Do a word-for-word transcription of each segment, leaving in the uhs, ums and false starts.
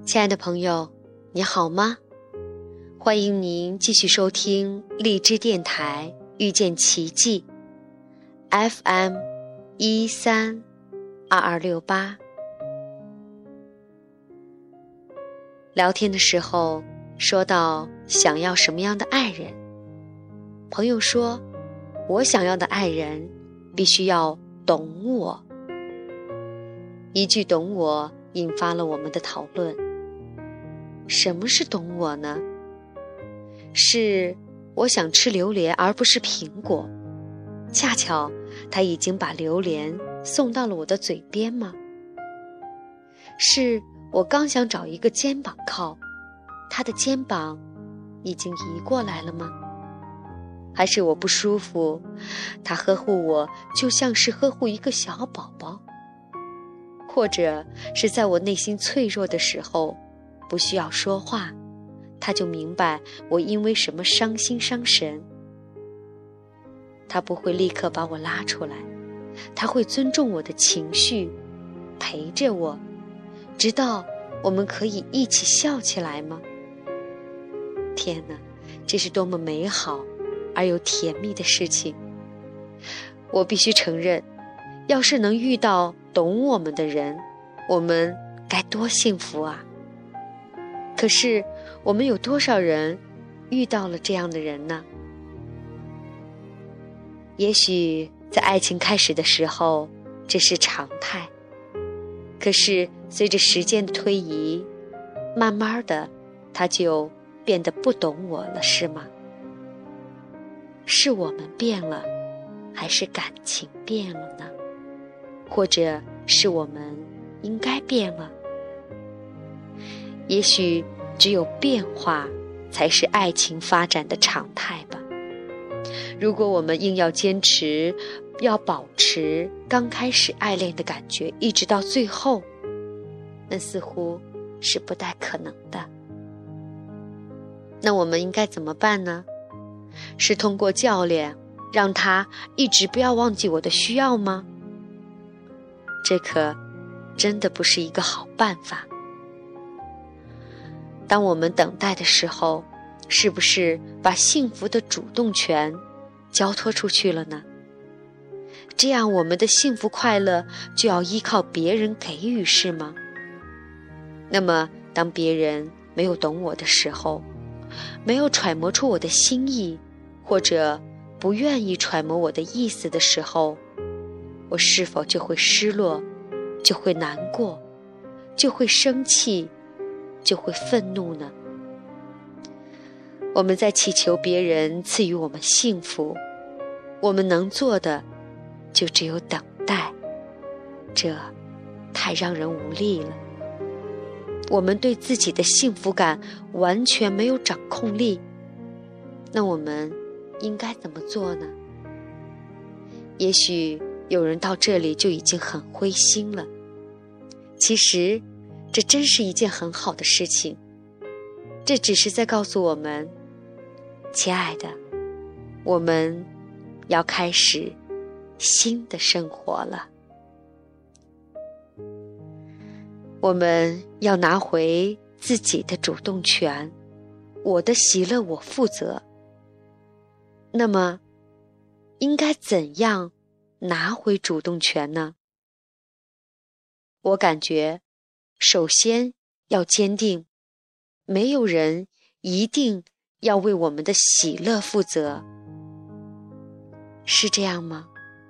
亲爱的朋友，你好吗？欢迎您继续收听荔枝电台遇见奇迹 F M 一三二二六八。聊天的时候说到想要什么样的爱人，朋友说我想要的爱人必须要懂我。一句懂我引发了我们的讨论。什么是懂我呢？是我想吃榴莲而不是苹果，恰巧他已经把榴莲送到了我的嘴边吗？是我刚想找一个肩膀靠，他的肩膀已经移过来了吗？还是我不舒服，他呵护我就像是呵护一个小宝宝？或者是在我内心脆弱的时候，不需要说话，他就明白我因为什么伤心伤神。他不会立刻把我拉出来，他会尊重我的情绪，陪着我，直到我们可以一起笑起来吗？天哪，这是多么美好而又甜蜜的事情！我必须承认，要是能遇到懂我们的人，我们该多幸福啊！可是我们有多少人遇到了这样的人呢？也许在爱情开始的时候这是常态，可是随着时间的推移，慢慢的他就变得不懂我了，是吗？是我们变了，还是感情变了呢？或者是我们应该变了？也许只有变化才是爱情发展的常态吧。如果我们硬要坚持要保持刚开始爱恋的感觉一直到最后，那似乎是不太可能的。那我们应该怎么办呢？是通过教练让他一直不要忘记我的需要吗？这可真的不是一个好办法。当我们等待的时候，是不是把幸福的主动权交托出去了呢？这样我们的幸福快乐就要依靠别人给予，是吗？那么当别人没有懂我的时候，没有揣摩出我的心意，或者不愿意揣摩我的意思的时候，我是否就会失落，就会难过，就会生气，就会愤怒呢？我们在祈求别人赐予我们幸福，我们能做的就只有等待，这太让人无力了。我们对自己的幸福感完全没有掌控力，那我们应该怎么做呢？也许有人到这里就已经很灰心了，其实这真是一件很好的事情。这只是在告诉我们，亲爱的，我们要开始新的生活了。我们要拿回自己的主动权，我的喜乐我负责。那么应该怎样拿回主动权呢？我感觉首先要坚定，没有人一定要为我们的喜乐负责，是这样吗？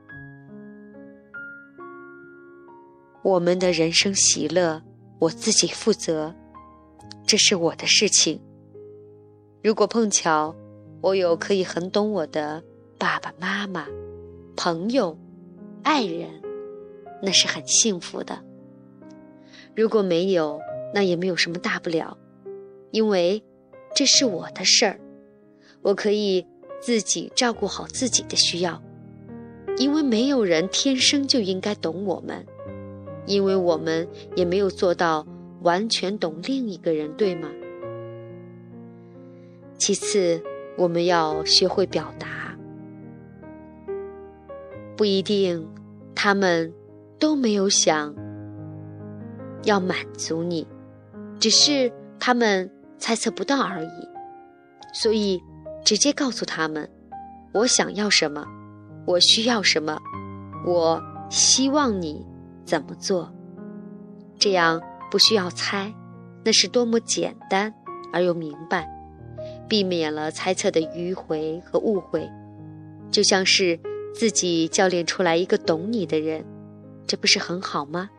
我们的人生喜乐我自己负责，这是我的事情。如果碰巧我有可以很懂我的爸爸妈妈、朋友、爱人，那是很幸福的。如果没有，那也没有什么大不了，因为这是我的事儿，我可以自己照顾好自己的需要。因为没有人天生就应该懂我们，因为我们也没有做到完全懂另一个人，对吗？其次，我们要学会表达，不一定他们都没有想要满足你， 只是他们猜测不到而已。所以直接告诉他们，我想要什么，我需要什么，我希望你怎么做。这样不需要猜，那是多么简单而又明白，避免了猜测的迂回和误会，就像是自己教练出来一个懂你的人，这不是很好吗？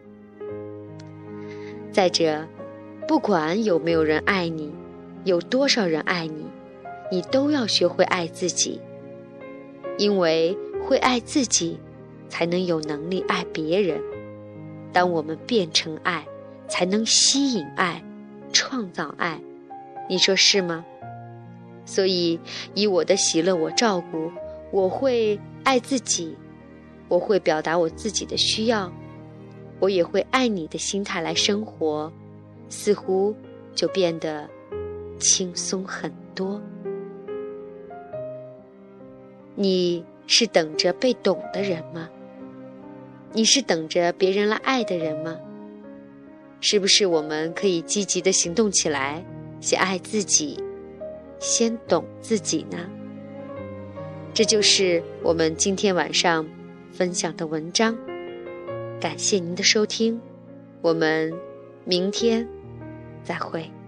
再者，不管有没有人爱你，有多少人爱你，你都要学会爱自己，因为会爱自己，才能有能力爱别人。当我们变成爱，才能吸引爱，创造爱，你说是吗？所以以我的喜乐我照顾，我会爱自己，我会表达我自己的需要，我也会爱你的心态来生活，似乎就变得轻松很多。你是等着被懂的人吗？你是等着别人来爱的人吗？是不是我们可以积极地行动起来，先爱自己，先懂自己呢？这就是我们今天晚上分享的文章，感谢您的收听，我们明天再会。